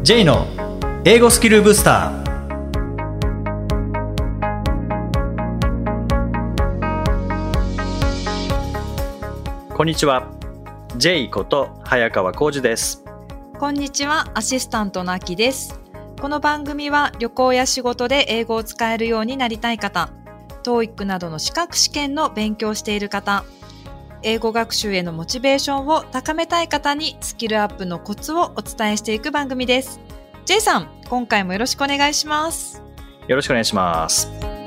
J の英語スキルブスター。こんにちは。 J こと早川浩二です。 こんにちは、アシスタントのあきです。この番組は旅行や仕事で英語を使えるようになりたい方、TOEIC などの資格試験の勉強している方、英語学習へのモチベーションを高めたい方にスキルアップのコツをお伝えしていく番組です。J さん、今回もよろしくお願いします。 よろしくお願いします。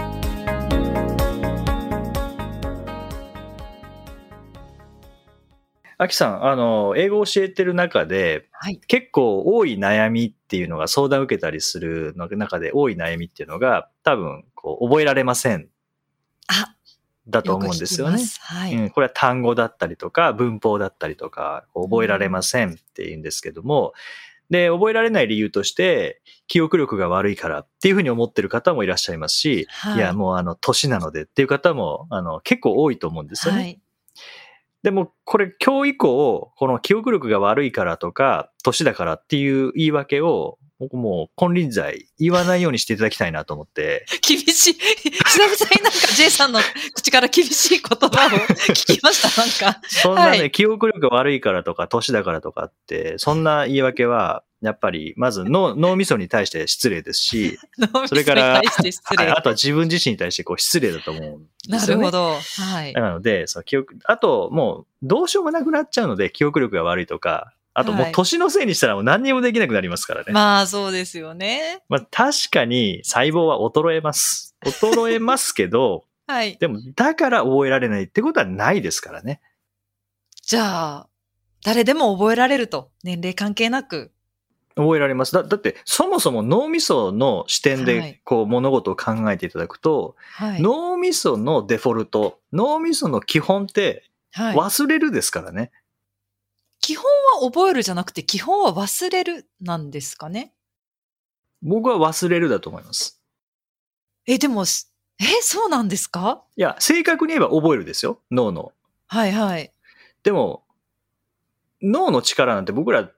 あきさん、英語を教えてる中で、 はい、 結構多い悩みっていうのが相談を受けたりするの中で多い悩みっていうのが多分覚えられませんだと思うんですよね。 はい、 これは単語だったりとか文法だったりとか覚えられませんっていうんですけども、で覚えられない理由として記憶力が悪いからっていうふうに思ってる方もいらっしゃいますし、いやもう年なのでっていう方も結構多いと思うんですよね。 はい、 でもこれ今日以降この記憶力が悪いからとか年だからっていう言い訳を僕もう金輪際言わないようにしていただきたいなと思って。 厳しい。久々になんか J さんの口から厳しい言葉を聞きました。なんかそんなね、記憶力が悪いからとか年だからとかってそんな言い訳はやっぱりまず脳みそに対して失礼ですし、それからあとは自分自身に対して失礼だと思うんですよね。 なるほど。はい。 なのであともうどうしようもなくなっちゃうので記憶力が悪いとか。あともう年のせいにしたらもう何にもできなくなりますからね。 まあそうですよね。 確かに細胞は衰えます。衰えますけど、 はい。 でもだから覚えられないってことはないですからね。 じゃあ、誰でも覚えられると。年齢関係なく。 覚えられます。だってそもそも脳みその視点で物事を考えていただくと、 はい、 脳みそのデフォルト、脳みその基本って忘れるですからね。 基本は覚えるじゃなくて、基本は忘れるなんですかね。 僕は忘れるだと思います。 でも、そうなんですか？ いや、正確に言えば覚えるですよ。脳の。 はいはい。 でも、脳の力なんて僕ら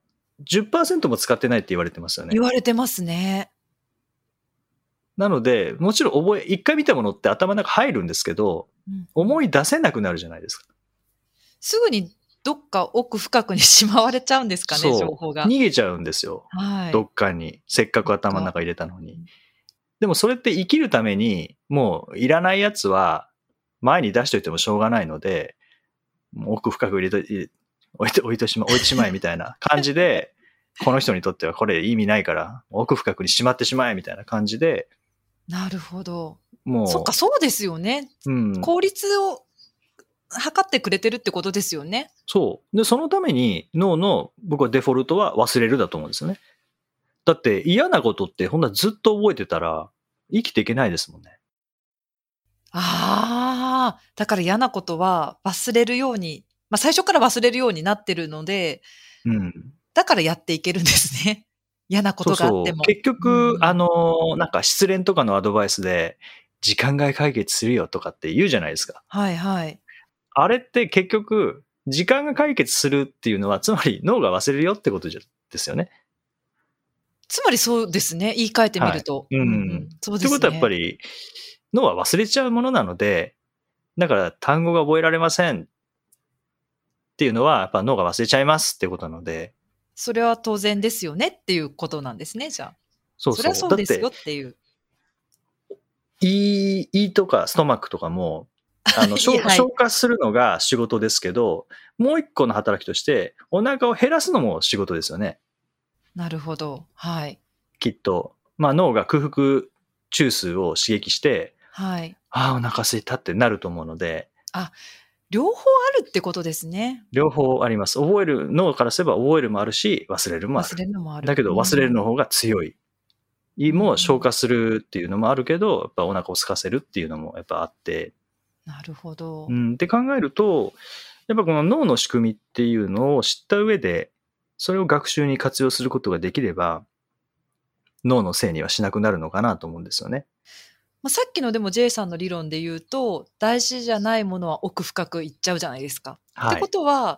10% も使ってないって言われてますよね。 言われてますね。 なので、もちろん一回見たものって頭の中入るんですけど、思い出せなくなるじゃないですか。 すぐにどっか奥深くにしまわれちゃうんですかね、情報が。 逃げちゃうんですよ。 はい。 どっかに。せっかく頭の中入れたのに。でもそれって生きるために、もういらないやつは前に出しといてもしょうがないので、もう奥深く置いてしまえみたいな感じで、この人にとってはこれ意味ないから、奥深くにしまってしまえみたいな感じで。 なるほど。 もう。 そっか、そうですよね。効率を測ってくれてるってことですよね。 そう。で、そのために脳の僕はデフォルトは忘れるだと思うんですよね。だって嫌なことってほんなずっと覚えてたら生きていけないですもんね。 ああ、だから嫌なことは忘れるように、最初から忘れるようになってるので、だからやっていけるんですね。嫌なことがあっても。 結局、なんか失恋とかのアドバイスで、時間が解決するよとかって言うじゃないですか。 はいはい。 あれって結局、時間が解決するっていうのは、つまり脳が忘れるよってことですよね。 つまりそうですね。言い換えてみると。そうですね。 ということはやっぱり、脳は忘れちゃうものなので、だから単語が覚えられませんっていうのは、やっぱ脳が忘れちゃいますってことなので。 それは当然ですよねっていうことなんですね、じゃあ。 そう。 それはそうですよっていう。 胃とかストマックとかも、消化するのが仕事ですけど、もう一個の働きとして、お腹を減らすのも仕事ですよね。 なるほど。はい。 きっと。脳が空腹中枢を刺激して、 はい。 お腹空いたってなると思うので。 両方あるってことですね。 両方あります。脳からすれば覚えるもあるし、忘れるもある。 忘れるのもある。 だけど忘れるの方が強い。胃も消化するっていうのもあるけど、やっぱお腹を空かせるっていうのもやっぱあって。 なるほど。 って考えると、やっぱこの脳の仕組みっていうのを知った上で、それを学習に活用することができれば、脳のせいにはしなくなるのかなと思うんですよね。 さっきのでも J さんの理論で言うと、大事じゃないものは奥深くいっちゃうじゃないですか。ってことは、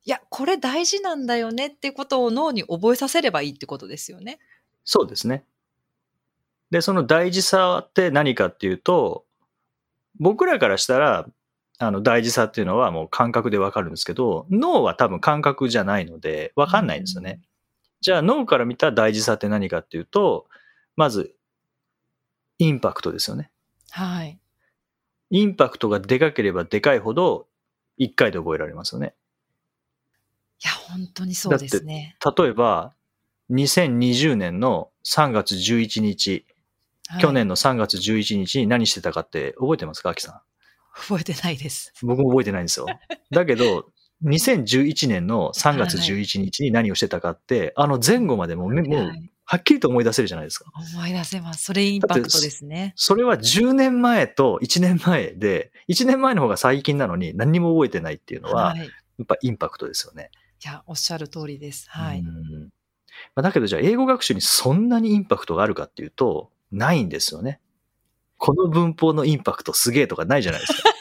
いや、これ大事なんだよねっていうことを脳に覚えさせればいいってことですよね。 そうですね。で、その大事さって何かっていうと、僕らからしたら、大事さっていうのはもう感覚でわかるんですけど、脳は多分感覚じゃないので、わかんないんですよね。じゃあ脳から見た大事さって何かっていうと、まず、インパクトですよね。 はい。 インパクトがでかければでかいほど、1回で覚えられますよね。 いや、本当にそうだって、 ですね。 例えば、2020年の3月11日、 はい、 去年の3月11日に何してたかって覚えてますか、アキさん。 覚えてないです。 僕も覚えてないんですよ。だけど、2011年の3月はい。 11日に何をしてたかって、前後までもう、 はい。 はっきりと思い出せるじゃないですか。 思い出せます。それインだって、 パクトですね。 それは10年前と1年前で、1年前の方が最近なのに何にも覚えてないっていうのは、 はい。 やっぱインパクトですよね。 いや、おっしゃる通りです。 うはい。 ん。だけどじゃあ英語学習にそんなにインパクトがあるかっていうと、ないんですよね。この文法のインパクトすげえとかないじゃないですか。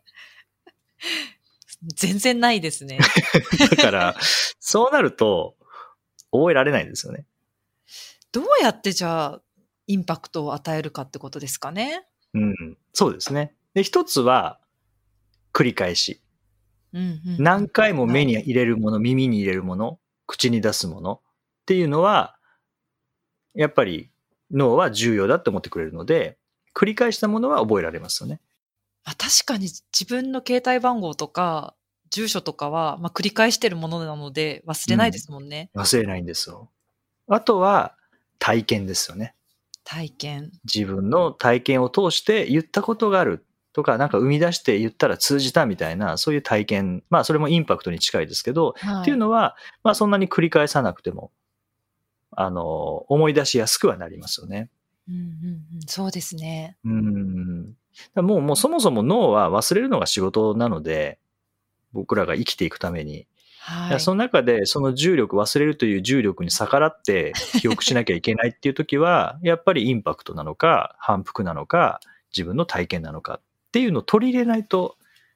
全然ないですね。 だから、そうなると、覚えられないんですよね。 どうやってじゃあ、インパクトを与えるかってことですかね。 うん。そうですね。で、一つは、繰り返し。 うんうんうん。 何回も目はい。 に入れるもの、耳に入れるもの、口に出すものっていうのは、やっぱり脳は重要だって思ってくれるので、繰り返したものは覚えられますよね。 確かに自分の携帯番号とか、住所とかは、繰り返してるものなので、忘れないですもんね。 忘れないんですよ。あとは、体験ですよね。 体験。 自分の体験を通して言ったことがあるとか、なんか生み出して言ったら通じたみたいな、そういう体験。まあ、それもインパクトに近いですけど、っていうはい。 のは、まあ、そんなに繰り返さなくても、思い出しやすくはなりますよね。 うんうんうん。そうですね。 もうそもそも脳は忘れるのが仕事なので、僕らが生きていくために。 はい。 その中で、その重力、忘れるという重力に逆らって記憶しなきゃいけないっていう時は、やっぱりインパクトなのか、反復なのか、自分の体験なのかっていうのを取り入れないと、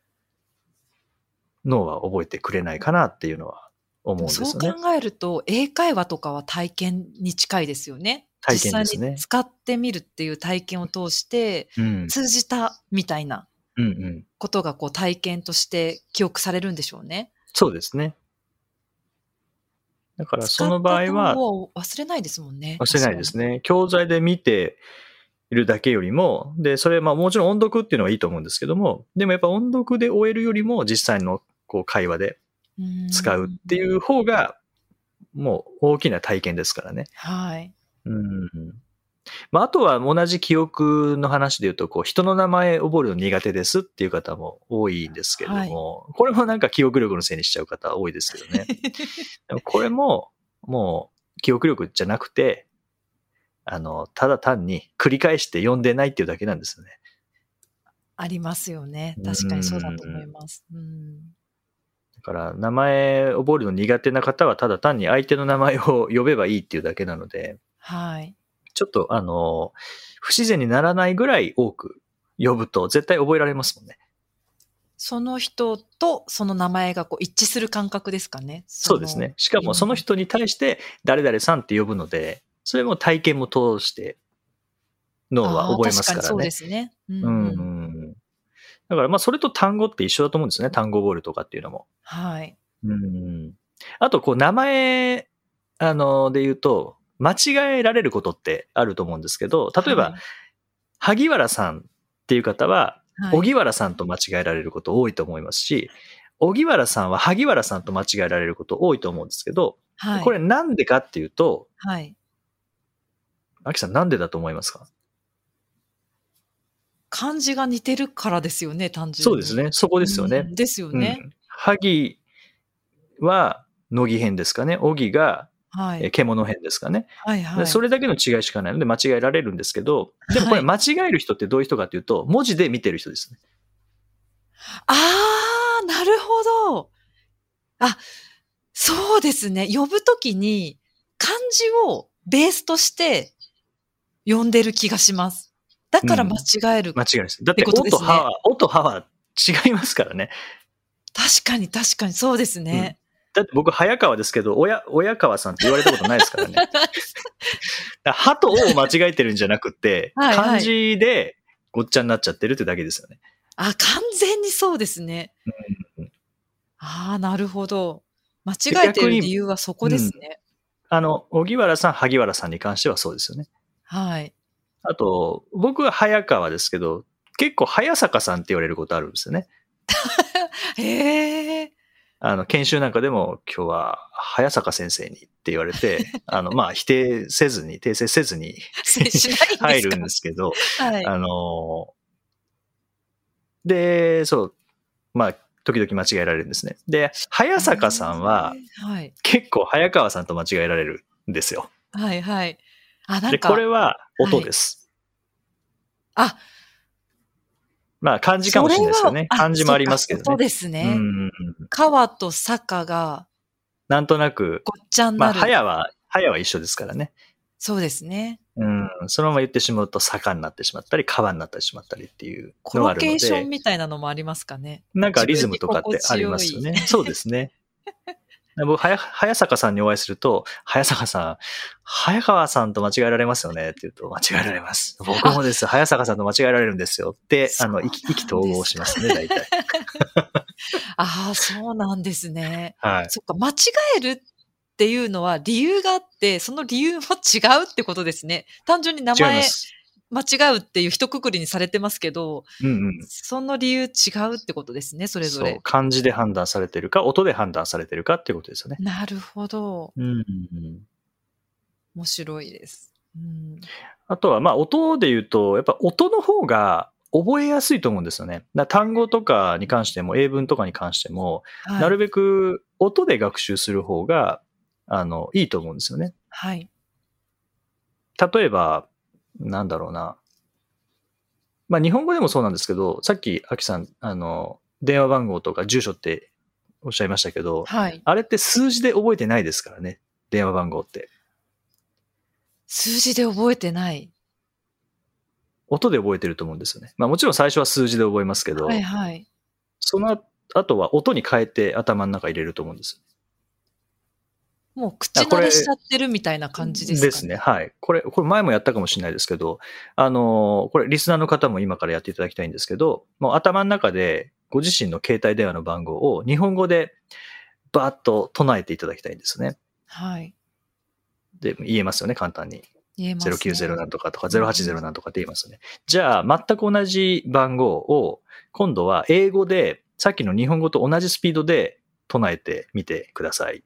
脳は覚えてくれないかなっていうのは思うんでそうすよね。 考えると、英会話とかは体験に近いですよね。 体実際に験ですね。 使ってみるっていう体験を通して、 うん。 通じたみたいなうんうん。 ことが体験として記憶されるんでしょうね。 そうですね。だからその使った場合は単語を忘れないですもんね、 忘れない確かに。 ですね。教材で見ているだけよりも、で、それもちろん音読っていうのはいいと思うんですけども、でもやっぱ音読で終えるよりも実際の会話でうー使うってん。 いう方が、もう大きな体験ですからね。 はい。 あとは同じ記憶の話で言うと、人の名前覚えるの苦手ですっていう方も多いんですけれどはい。 も、これもなんか記憶力のせいにしちゃう方多いですけどね。でもこれも、もう記憶力じゃなくて、ただ単に繰り返して読んでないっていうだけなんですよね。 ありますよね。 う確かにそうだと思いん。 ます。 だから、名前覚えるの苦手な方は、ただ単に相手の名前を呼べばいいっていうだけなので、 はい。 ちょっと、不自然にならないぐらい多く呼ぶと絶対覚えられますもんね。 その人とその名前が一致する感覚ですかね。 そうですね。しかもその人に対して誰々さんって呼ぶので、それも体験も通して脳はああ、 覚えま確かにそうですからね。 すね。うんううん。 ん。だからそれと単語って一緒だと思うんですね。単語覚えるとかっていうのも。 はい。 あと、名前、で言うと、間違えられることってあると思うんですけど、例えば、 はい。 萩原さんっていう方は、 はい。 荻原さんと間違えられること多いと思いますし、荻原さんは萩原さんと間違えられること多いと思うんですけど、これはい。 なんでかっていうと、 はい。 秋さんなんでだと思いますか？ 漢字が似てるからですよね、単純に。 そうですね。そこですよね。 ですよね。 萩は乃木編ですかね。荻がはい。 獣編ですかね。 はいはい。 それだけの違いしかないので間違えられるんですけど、でもこはい。 れ間違える人ってどういう人かというと、文字で見てる人ですね。 ああ、なるほど。あ、そうですね。呼ぶときに、漢字をベースとして呼んでる気がします。だから間うん。 違える間違いないです。だって、 ってことですね。 おとはは違いますからね。 確かに確かにそうですうん。 ね。 だって僕、早川ですけど、親川さんって言われたことないですからね。歯とおを間違えてるんじゃなくて、 はいはい漢字でごっちゃになっちゃってるってだけですよね。 あ、完全にそうですね。 うん、 ああ、なるほど。間で違えてる逆に理由はそこですね。 荻原さん、萩原さんに関してはそうですよね。 はい。 あと、僕は早川ですけど、結構早坂さんって言われることあるんですよね。 へえ。 研修なんかでも今日は早坂先生にって言われて、まあ、訂正せずにしないんですか？ 入るんですけど、 はい。 で、そう、まあ、時々間違えられるんですね。で、早坂さんははい。 結構早川さんと間違えられるんですよ。 はいはい。あ、なんで、こか、 れは音です。 あ、 まあ、漢字かもしれないですよね。漢字もありますけどね。 そうですうね。 ん。 川と坂がなんとなく、 ごっちゃにまあ、 なる。 早は一緒ですからね。 そうですね。 そのまま言ってしまうと坂になってしまったり、川になってしまったりっていうコのがあるロケーションので、 みたいなのもありますかね。 なんかリズ自分にムとかってありま心地よい。 すよね。そうですね。僕、早坂さんにお会いすると、早坂さん、早川さんと間違えられますよねって言うと、間違えられます。僕もです。早坂さんと間違えられるんですよって、意気投合しますね、大体。 ああ、そうなんですね。 はい。 そっか、間違えるっていうのは理由があって、その理由も違うってことですね。単純に名前違います。 間違うっていう一括りにされてますけど、 うんうん。 その理由違うってことですね、それぞそう。 れ。 漢字で判断されてるか、音で判断されてるかっていうことですよね。 なるほど。 うん。 面白いです。うん。 あとは、まあ、音で言うと、やっぱ音の方が覚えやすいと思うんですよね。単語とかに関しても、英文とかに関しても、 はい。 なるべく音で学習する方が、いいと思うんですよね。 はい。 例えば、なんだろうな。まあ、日本語でもそうなんですけど、さっき、アキさん、電話番号とか住所っておっしゃいましたけど、 はい。 あれって数字で覚えてないですからね。電話番号って。 数字で覚えてない。 音で覚えてると思うんですよね。まあ、もちろん最初は数字で覚えますけはいど、 はい。 その後は音に変えて頭の中入れると思うんです。 もう口慣れしちゃってるみたいな感じですかね。 ですね。はい。これ前もやったかもしれないですけど、これリスナーの方も今からやっていただきたいんですけど、もう頭の中でご自身の携帯電話の番号を日本語でバーッと唱えていただきたいんですね。 はい。 で、言えますよね、簡単に。 言えますね。 090なんとかとか080なんとかって言いますよね。じゃあ、全く同じ番号を今度は英語でさっきの日本語と同じスピードで唱えてみてください。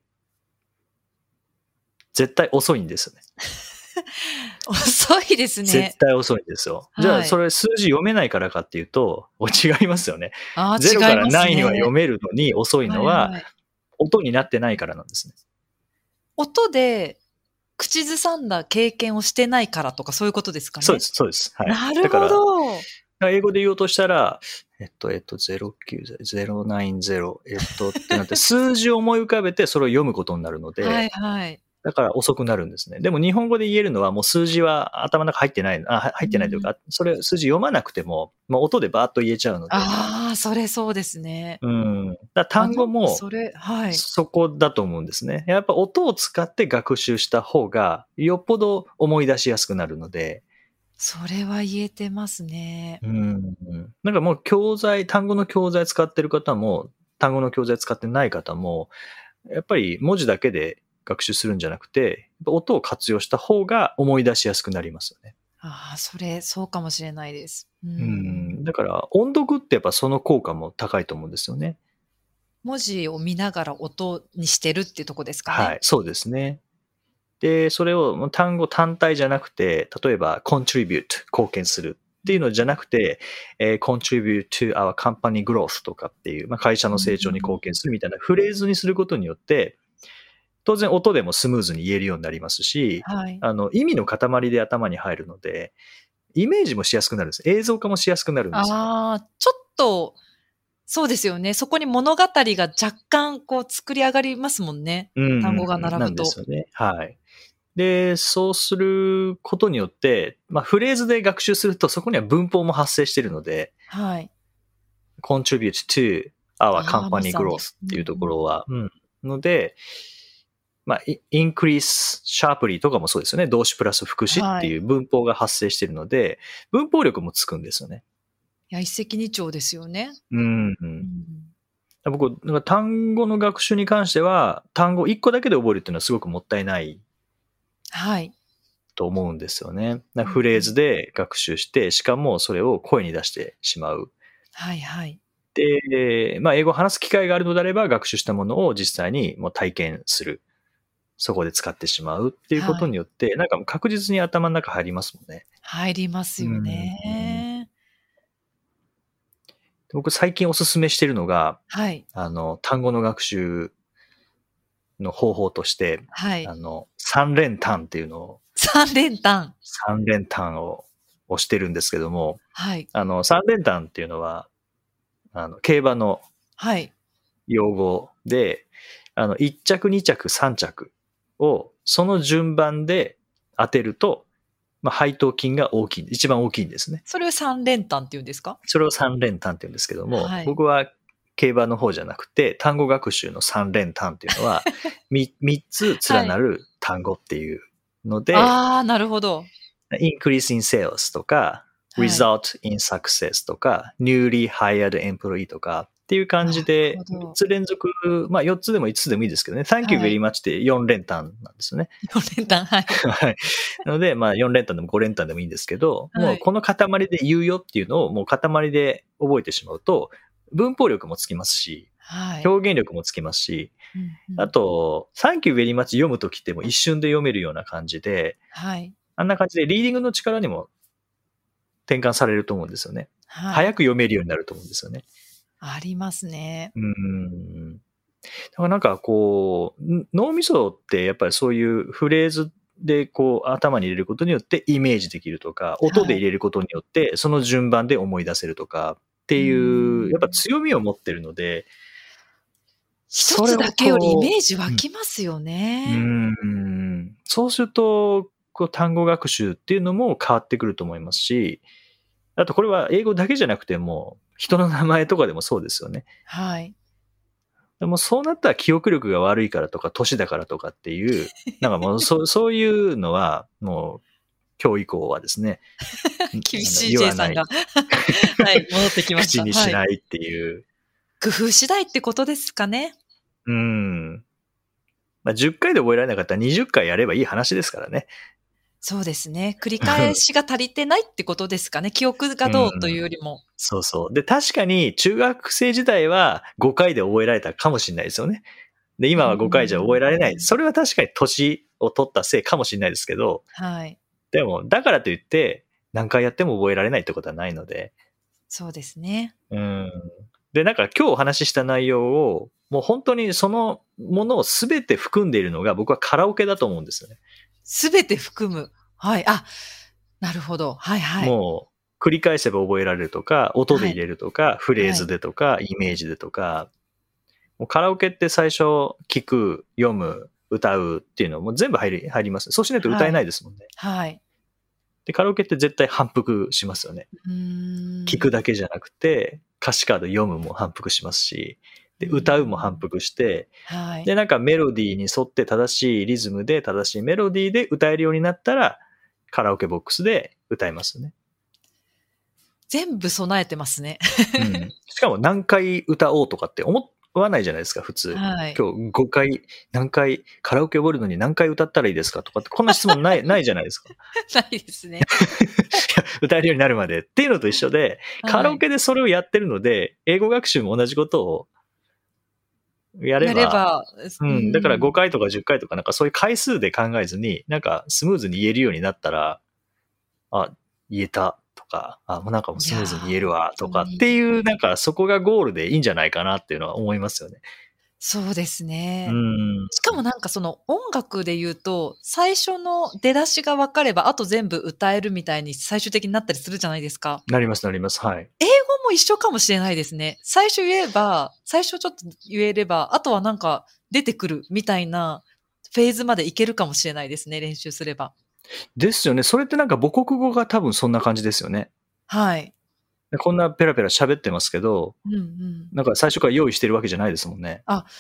絶対遅いんですね。 遅いですね。 絶対遅いんですよ。じゃあ、それ数字読めないからかっていうと、違いますよね。 ああ、違 0からいます 9はね。 読めるのに遅いのは、 はい。 音になってないからなんですね。 音で口ずさんだ経験をしてないからとかそういうことですかね。 そうです、そうです。はい。 なるだから、 ほど。 英語で言おうとしたら、090、090、ってなって、数字を思い浮かべてそれを読むことになるのはでい、はい。 だから遅くなるんですね。でも日本語で言えるのはもう数字は頭の中入ってない、入ってないというか、それ数字読まなくても、もう音でバーッと言えちゃうので。 ああ、それそうですね。 だ単語もはい。 そこだと思うんですね。やっぱ音を使って学習した方がよっぽど思い出しやすくなるので。 それは言えてますね。 なんかもう単語の教材使ってる方も、単語の教材使ってない方も、やっぱり文字だけで学習するんじゃなくて、音を活用した方が思い出しやすくなりますよね。 ああ、そうかもしれないです。 だから音読ってやっぱその効果も高いと思うんですよね。 文字を見ながら音にしてるっていうとこですかね。 はい、そうですね。で、それを単語単体じゃなくて、例えば contribute 貢献するっていうのじゃなくて、contribute to our company growth とかっていう、会社の成長に貢献するみたいなフレーズにすることによって、当然音でもスムーズに言えるようになりますし、 はい。 意味の塊で頭に入るので、イメージもしやすくなるんです。映像化もしやすくなるんですよね。 ああ、ちょっと、そうですよね。そこに物語が若干こう作り上がりますもんね。単語が並ぶと。 なんですよね。はい。で、そうすることによって、フレーズで学習するとそこには文法も発生しているので、 はい。 contribute to our ま company さに。 growth っていうところは、 ので、increase sharply とかもそうですよね。動詞プラス副詞っていう文法が発生しているので、文法力もつくんですよね。 いや、一石二鳥ですよね。 僕、なんか単語の学習に関しては、単語1個だけで覚えるっていうのはすごくもったいないと思うんですよね。フレーズで学習して、しかもそれを声に出してしまう。で、英語を話す機会があるのであれば、学習したものを実際にもう体験する。そこで使ってしまうっていうことによって、なんか確実に頭の中入りますもんね。 入りますよね。 僕最近おすすめしているのが、単語の学習の方法として、3連単っていうのを、 3連単をしてるんですけども、3連単っていうのは、競馬の用語で、1着、2着、3着をその順番で当てると、配当金が一番大きいんですね。 それを3連単って言うんですか？ それを3連単って言うんですけども、僕は競馬の方じゃなくて、単語学習の3連単っていうのは、3つ連なる単語っていうので、 なるほど。 increase in sales とか、result in success とか、newly hired employee とかっていう感じで、3つ連続、4つでも5つでもいいですけどね、Thank you very much って4連単なんですよね。 4連単、はい。 なので、4連単でも5連単でもいいんですけど、もうこの塊で言うよっていうのをもう塊で覚えてしまうと、文法力もつきますし、表現力もつきますし、あと、Thank you very much 読むときっても一瞬で読めるような感じで、あんな感じでリーディングの力にも転換されると思うんですよね。早く読めるようになると思うんですよね。 ありますね。 だからなんかこう、脳みそってやっぱりそういうフレーズでこう頭に入れることによってイメージできるとか、音で入れることによってその順番で思い出せるとかっていう、やっぱ強みを持ってるので、 一つだけよりイメージ湧きますよね。 そうすると、単語学習っていうのも変わってくると思いますし、あとこれは英語だけじゃなくても、人の名前とかでもそうですよね。でもそうなったら記憶力が悪いからとか、年だからとかっていう、なんかもうそういうのは、もう今日以降はですね、 厳しい J さんが、戻ってきました。 口にしないっていう。 工夫次第ってことですかね。 10回で覚えられなかったら20回やればいい話ですからね。 そうですね。繰り返しが足りてないってことですかね。記憶がどうというよりも。 そうそう。で、確かに中学生時代は5回で覚えられたかもしれないですよね。で、今は5回じゃ覚えられない。それは確かに年を取ったせいかもしれないですけど、でも、だからといって何回やっても覚えられないってことはないので。 そうですね。 で、なんか今日お話しした内容を、もう本当にそのものを全て含んでいるのが僕はカラオケだと思うんですよね。 全て含む。なるほど。 もう繰り返せば覚えられるとか、音で入れるとか、フレーズでとか、イメージでとか、もうカラオケって最初聞く、読む、歌うっていうのも全部入ります。そうしないと歌えないですもんね。で、カラオケって絶対反復しますよね。聞くだけじゃなくて、歌詞カード読むも反復しますし、で、歌うも反復して、で、なんかメロディーに沿って正しいリズムで正しいメロディーで歌えるようになったら、カラオケボックスで歌えますね。 全部備えてますね。 しかも何回歌おうとかって思わないじゃないですか、普通。今日5回、何回、カラオケ覚えるのに何回歌ったらいいですかとかって、こんな質問ないじゃないですか。 ないですね。 歌えるようになるまでっていうのと一緒で、カラオケでそれをやってるので、英語学習も同じことをやれば、だから5回とか10回とかなんかそういう回数で考えずに、なんかスムーズに言えるようになったら、言えたとか、もうなんかスムーズに言えるわとかっていう、なんかそこがゴールでいいんじゃないかなっていうのは思いますよね。 そうですね。しかもなんかその音楽で言うと、最初の出だしが分かれば、あと全部歌えるみたいに最終的になったりするじゃないですか。 なります。はい。 英語も一緒かもしれないですね。最初ちょっと言えれば、あとはなんか出てくるみたいなフェーズまでいけるかもしれないですね、練習すれば。 ですよね。それってなんか母国語が多分そんな感じですよね。こんなペラペラ喋ってますけど、なんか最初から用意してるわけじゃないですもんね。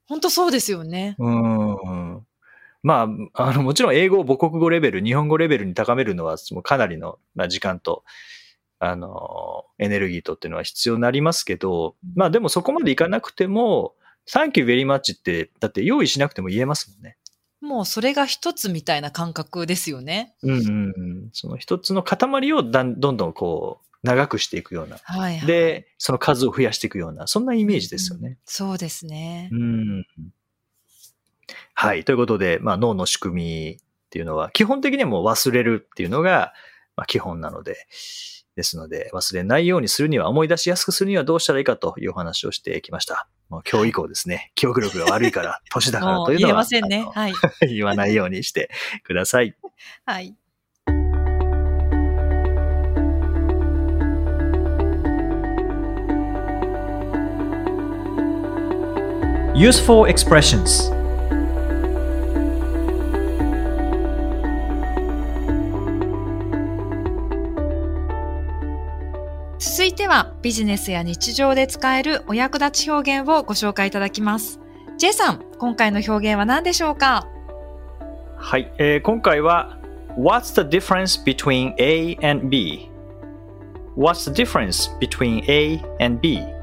本当そうですよね。 まあ、もちろん英語を母国語レベル、日本語レベルに高めるのはもうかなりの、時間と、エネルギーとっていうのは必要になりますけど、まあでもそこまでいかなくても、Thank you very much って、だって用意しなくても言えますもんね。 もうそれが一つみたいな感覚ですよね。 その一つの塊をどんどんこう、長くしていくような。 はいはい。 で、その数を増やしていくような、そんなイメージですよね。 そうですね。 はい。ということで、脳の仕組みっていうのは、基本的にはもう忘れるっていうのが、基本なので、ですので、忘れないようにするには、思い出しやすくするにはどうしたらいいかというお話をしてきました。もう今日以降ですね、記憶力が悪いから、年だからというのは、 言えませんね。はい。 言わないようにしてください。 はい。 Useful expressions。 続いてはビジネスや日常で使えるお役立ち表現をご紹介いただきます。J さん、今回の表現は何でしょうか？ はい、今回は What's the difference between A and B? What's the difference between A and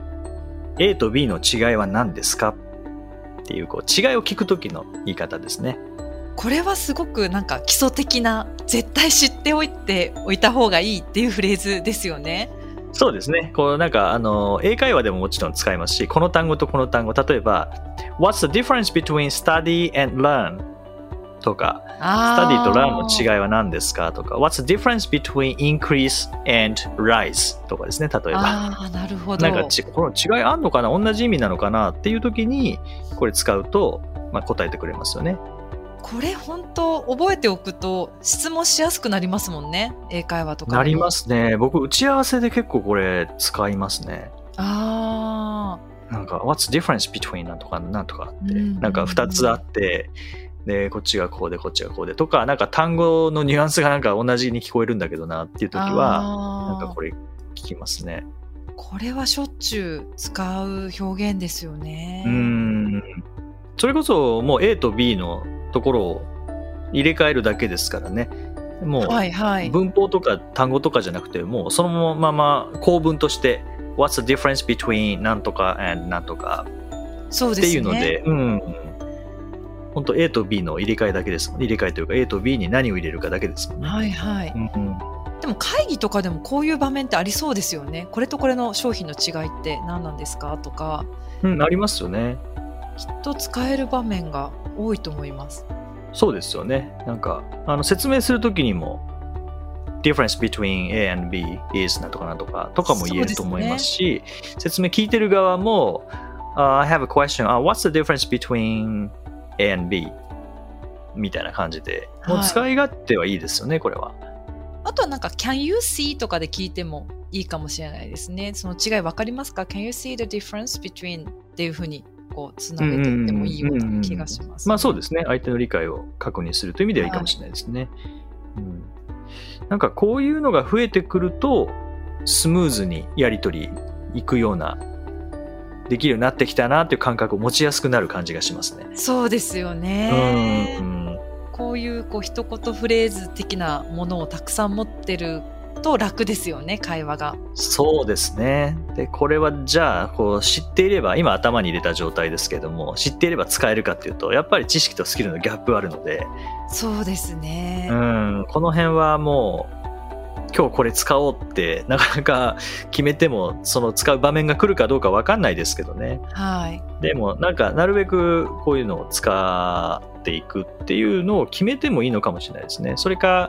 B? A と B の違いは何ですかっていう、違いを聞くときの言い方ですね。 これはすごくなんか基礎的な、絶対知っておいた方がいいっていうフレーズですよね。 そうですね。なんか英会話でももちろん使いますし、この単語とこの単語、例えば What's the difference between study and learn? とか Study と learn の違いは何ですかとか What's the difference between increase and rise? とかですね、例えば。 なるほど。 なんかこの違いあんのかな、同じ意味なのかなっていう時にこれ使うと、答えてくれますよね。 これ本当覚えておくと質問しやすくなりますもんね。英会話とか。 なりますね。僕打ち合わせで結構これ使いますね。なんか What's the difference between なんとかなんとかって、なんか2つあって、でこっちがこうでこっちがこうでとか、なんか単語のニュアンスがなんか同じに聞こえるんだけどなっていう時はなんかこれ聞きますね。 これはしょっちゅう使う表現ですよね。 それこそもう A と B のところを入れ替えるだけですからね。もう文法とか単語とかじゃなくて、もうそのまま構文として What's the difference between なんとか and なんとかっていうので、本当 A と B の入れ替えだけですもん。入れ替えというか A と B に何を入れるかだけですもんね。でも会議とかでもこういう場面ってありそうですよね。これとこれの商品の違いって何なんですかとか。 ありますよね。 きっと使える場面が多いと思います。 そうですよね。なんか説明するときにも difference between A and B is なんとかなんとかとかも言えると思いますし、説明聞いてる側もI have a question. What's the difference between A and B? みたいな感じで、もう使い勝手はいいですよね、これは。 あとはなんか Can you see とかで聞いてもいいかもしれないですね。その違い分かりますか？ Can you see the difference between っていうふうにつなげていってもいいような気がします、ね。 そうですね。相手の理解を確認するという意味ではいいかもしれないですね。なんかこういうのが増えてくるとスムーズにやり取りいくような、できるようになってきたなという感覚を持ちやすくなる感じがしますね。 そうですよね。こういう一言フレーズ的なものをたくさん持ってると楽ですよね、会話が。 そうですね。で、これはじゃあ知っていれば、今頭に入れた状態ですけども、知っていれば使えるかっていうと、やっぱり知識とスキルのギャップあるので。 そうですね。 この辺はもう今日これ使おうってなかなか決めても、その使う場面が来るかどうか分かんないですけどね。でもなんかなるべくこういうのを使っていくっていうのを決めてもいいのかもしれないですね。それか、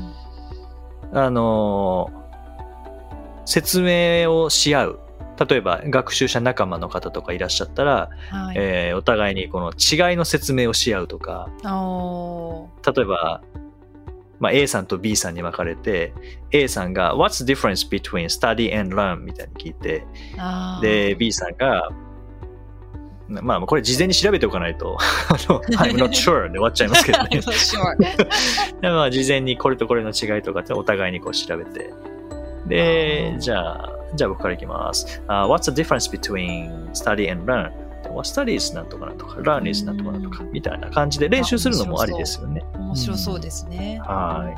説明をし合う。例えば学習者仲間の方とかいらっしゃったら、お互いにこの違いの説明をし合うとか、例えばA さんと B さんに分かれて、A さんが What's the difference between study and learn? みたいに聞いて、で B さんがこれ事前に調べておかないとI'm not sure で終わっちゃいますけどねで事前にこれとこれの違いとかってお互いに調べて、でじゃあ僕からいきます。What's the difference between study and learn? て、study is なんとかなんとか、learn is なんとかなんとか、みたいな感じで練習するのもありですよね。 面白そうですね。 はい。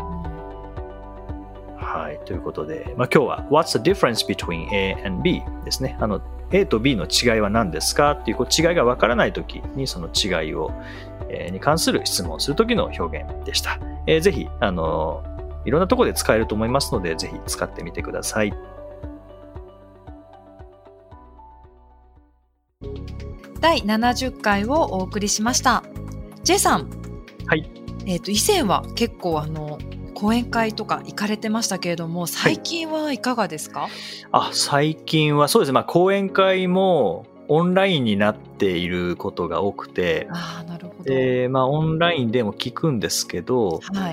ということで、今日は What's the difference between A and B ですね。A と B の違いは何ですかっていう、違いがわからないときにその違いを、に関する質問をするときの表現でした。ぜひ、いろんなところで使えると思いますので、ぜひ使ってみてください。 第70回をお送りしました。J さん。 はい。 以前は結構講演会とか行かれてましたけれども、最近はいかがですか？ 最近はそうですね。講演会もオンラインになっていることが多くて、 なるほど。 オンラインでも聞くんですけど、 はい。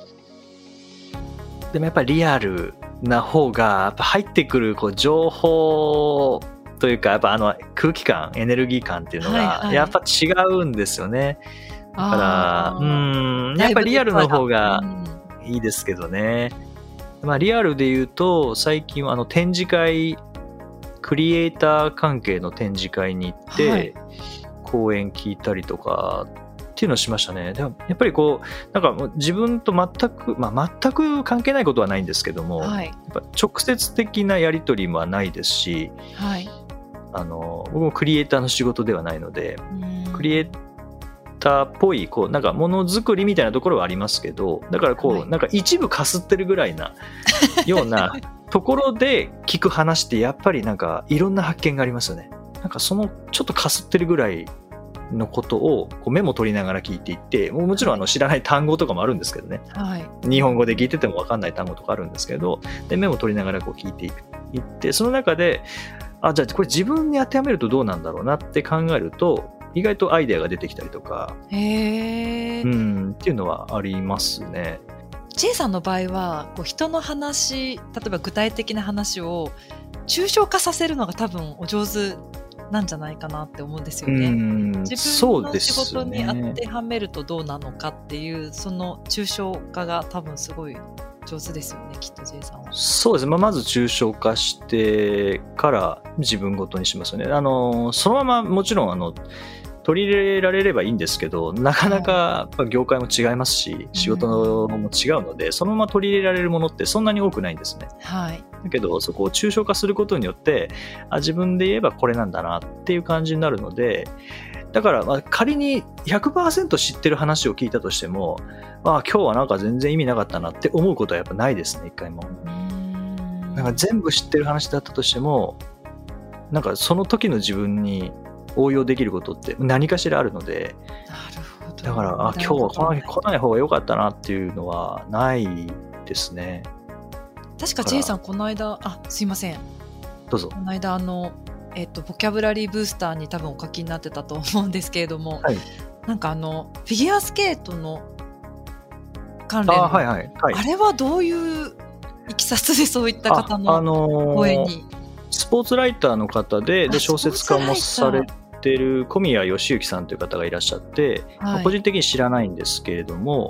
でもやっぱりリアルな方がやっぱ入ってくる情報というか、やっぱ空気感、エネルギー感っていうのがやっぱ違うんですよね。だからやっぱりリアルの方がいいですけどね。リアルで言うと最近は展示会、クリエイター関係の展示会に行って、講演聞いたりとかっていうのをしましたね。でもやっぱりなんか自分と全く関係ないことはないんですけども、やっぱ直接的なやり取りもないですし、僕もクリエイターの仕事ではないので、クリエイターっぽいなんかものづくりみたいなところはありますけど、だからなんか一部かすってるぐらいなようなところで聞く話ってやっぱりなんかいろんな発見がありますよね。なんかちょっとかすってるぐらいのことをメモ取りながら聞いていって、もちろん知らない単語とかもあるんですけどね、日本語で聞いてても分かんない単語とかあるんですけど、でメモ取りながら聞いていって、その中でじゃあこれ自分に当てはめるとどうなんだろうなって考えると、意外とアイデアが出てきたりとか、っていうのはありますね。 J さんの場合は人の話、例えば具体的な話を抽象化させるのが多分お上手なんじゃないかなって思うんですよね。自分の仕事に当てはめるとどうなのかっていう、その抽象化が多分すごい上手ですよね、きっと J さんは。 そうですね。まず抽象化してから自分ごとにしますよね。そのままもちろん取り入れられればいいんですけど、なかなか業界も違いますし、仕事も違うので、そのまま取り入れられるものってそんなに多くないんですね。だけどそこを抽象化することによって、自分で言えばこれなんだなっていう感じになるので、だから仮に 100% 知ってる話を聞いたとしても、今日はなんか全然意味なかったなって思うことはやっぱないですね、一回も。なんか全部知ってる話だったとしても、なんかその時の自分に応用できることって何かしらあるので、だから今日は来ない方が良かったなっていうのはないですね。 確か J さんこの間、すいません、 どうぞ。 この間ボキャブラリーブースターに多分お書きになってたと思うんですけれども、なんかフィギュアスケートの関連の、あれはどういういきさつでそういった方の講演に？ スポーツライターの方で小説家もされてる小宮義行さんという方がいらっしゃって、個人的に知らないんですけれども、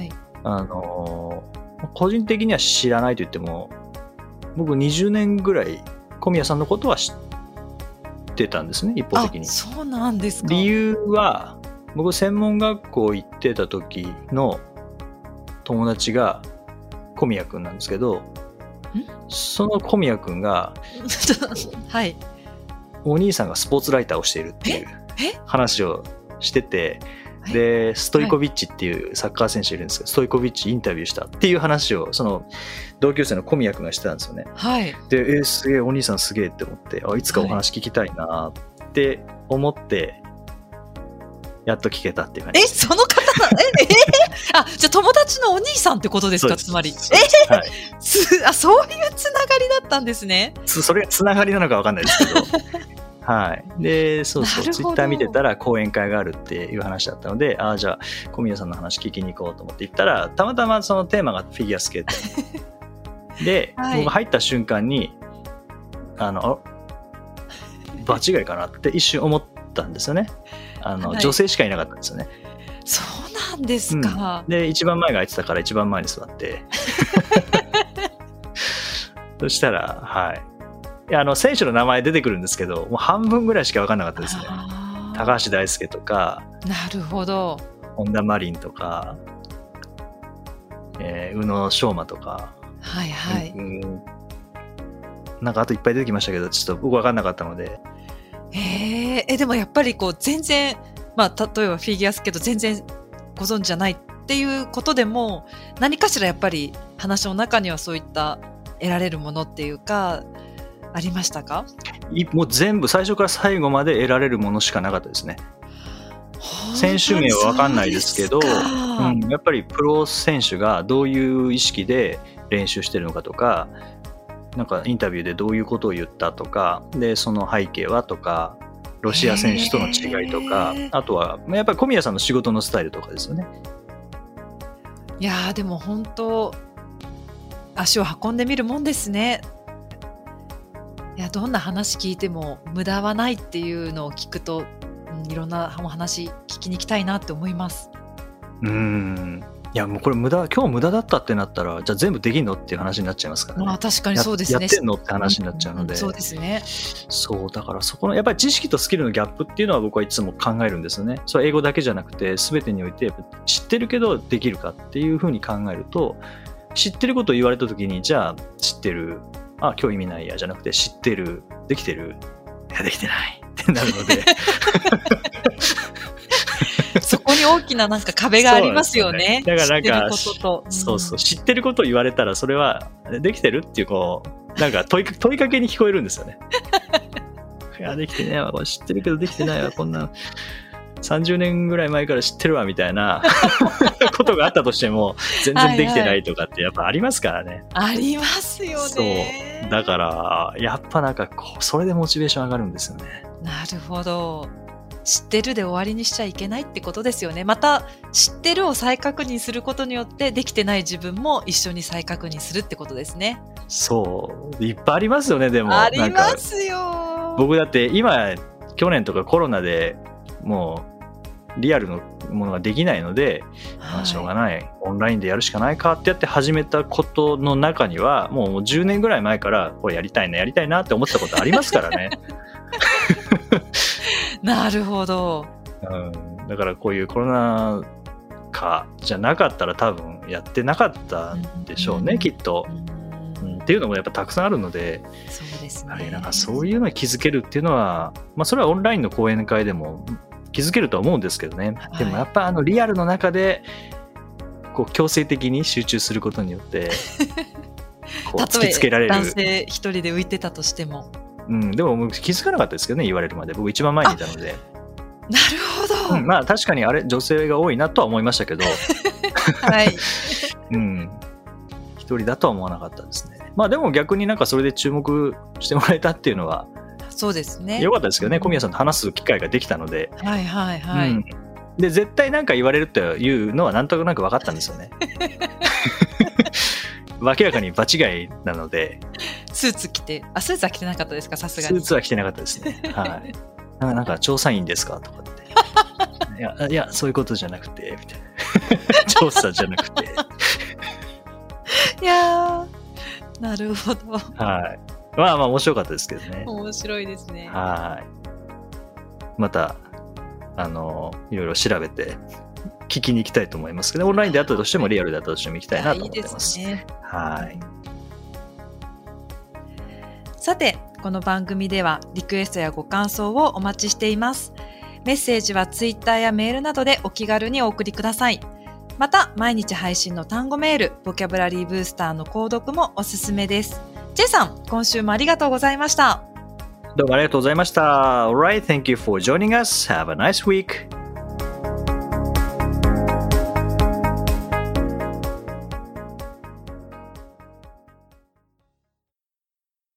個人的には知らないと言っても、僕20年ぐらい小宮さんのことは知ってたんですね、一方的に。 そうなんですか。 理由は、僕専門学校行ってた時の友達が小宮くんなんですけど、その小宮くんがお兄さんがスポーツライターをしているっていう話をしてて、でストイコビッチっていうサッカー選手いるんですけど、ストイコビッチインタビューしたっていう話をその同級生の小宮くんがしてたんですよね。ですげえ、お兄さんすげえって思って、いつかお話聞きたいなって思って、やっと聞けたっていう感じです。 その方じゃあ友達のお兄さんってことですか？つまりそういうつながりだったんですね。 それがつながりなのか分かんないですけどでツイッター見てたら講演会があるっていう話だったので、じゃあ小宮さんの話聞きに行こうと思って行ったら、たまたまそのテーマがフィギュアスケートで、僕入った瞬間に場違いかなって一瞬思ったんですよね。女性しかいなかったんですよね。 そうなんですか。 で一番前が空いてたから一番前に座ってそしたら選手の名前出てくるんですけど、もう半分ぐらいしか分かんなかったですね。高橋大輔とか、 なるほど。 本田真凜とか、宇野昌磨とか、 はいはい。 なんかあといっぱい出てきましたけど、ちょっと僕分かんなかったので。 でもやっぱりこう全然、まあ例えばフィギュアスケート全然ご存知じゃないっていうことでも、何かしらやっぱり話の中にはそういった得られるものっていうかありましたか？ もう全部最初から最後まで得られるものしかなかったですね。選手名は分かんないですけど、やっぱりプロ選手がどういう意識で練習してるのかとか、なんかインタビューでどういうことを言ったとかで、その背景はとか、ロシア選手との違いとか、あとはやっぱり小宮さんの仕事のスタイルとかですよね。 いやーでも本当足を運んでみるもんですね。いや、どんな話聞いても無駄はないっていうのを聞くと、いろんなお話聞きに行きたいなって思います。 いやもうこれ今日無駄だったってなったら、じゃあ全部できんのっていう話になっちゃいますからね。 まあ確かにそうですね。 やってんのって話になっちゃうので、 そうですね。 そうだからそこのやっぱり知識とスキルのギャップっていうのは僕はいつも考えるんですよね。それは英語だけじゃなくて全てにおいて知ってるけどできるかっていうふうに考えると、知ってることを言われた時に、じゃあ知ってる、今日意味ないやじゃなくて、知ってる、できてる、いやできてないってなるのでそこに大きななんか壁がありますよね。 だからなんかそう知ってることを言われたら、それはできてるっていうなんか問いかけに聞こえるんですよね。いやできてねえわ、知ってるけどできてないわ、こんな30年ぐらい前から知ってるわみたいなことがあったとしても全然できてないとかってやっぱありますからね。 ありますよね。 そうだからやっぱなんかそれでモチベーション上がるんですよね。 なるほど。知ってるで終わりにしちゃいけないってことですよね。また知ってるを再確認することによってできてない自分も一緒に再確認するってことですね。 そういっぱいありますよね。でもありますよ。 僕だって今去年とかコロナでもうリアルのものができないので、しょうがないオンラインでやるしかないかってやって始めたことの中には、もう10年ぐらい前からこれやりたいなって思ってたことありますからね。 なるほど、 だからこういうコロナ禍じゃなかったら多分やってなかったんでしょうね、きっと、っていうのもやっぱたくさんあるので、 そうですね、 なんかそういうのに気づけるっていうのは、それはオンラインの講演会でも気づけるとは思うんですけどね、でもやっぱリアルの中でこう強制的に集中することによってこう突きつけられる。 男性一人で浮いてたとしても、 でも気づかなかったですけどね、言われるまで。僕一番前にいたので。 なるほど、 まあ確かに女性が多いなとは思いましたけどはい、 一人だとは思わなかったですね。でも逆になんかそれで注目してもらえたっていうのはそうですね、 良かったですけどね、小宮さんと話す機会ができたので、 はいはいはい、 で絶対なんか言われるというのはなんとなく分かったんですよね。明らかに場違いなので。 スーツ着て、スーツは着てなかったですか？さすがに。 スーツは着てなかったですね。はい。なんか調査員ですかとかって。いやそういうことじゃなくてみたいな。調査じゃなくて。 いやー、なるほど。 はい。まあ面白かったですけどね。 面白いですね。 はい。またいろいろ調べて聞きに行きたいと思いますけど、オンラインであったとしてもリアルであったとしても行きたいなと思ってます。いいですね。はい。 さて、この番組ではリクエストやご感想をお待ちしています。メッセージはツイッターやメールなどでお気軽にお送りください。また、毎日配信の単語メール、ボキャブラリーブースターの購読もおすすめです。J さん、今週もありがとうございました。 どうもありがとうございました。Alright, thank you for joining us. Have a nice week.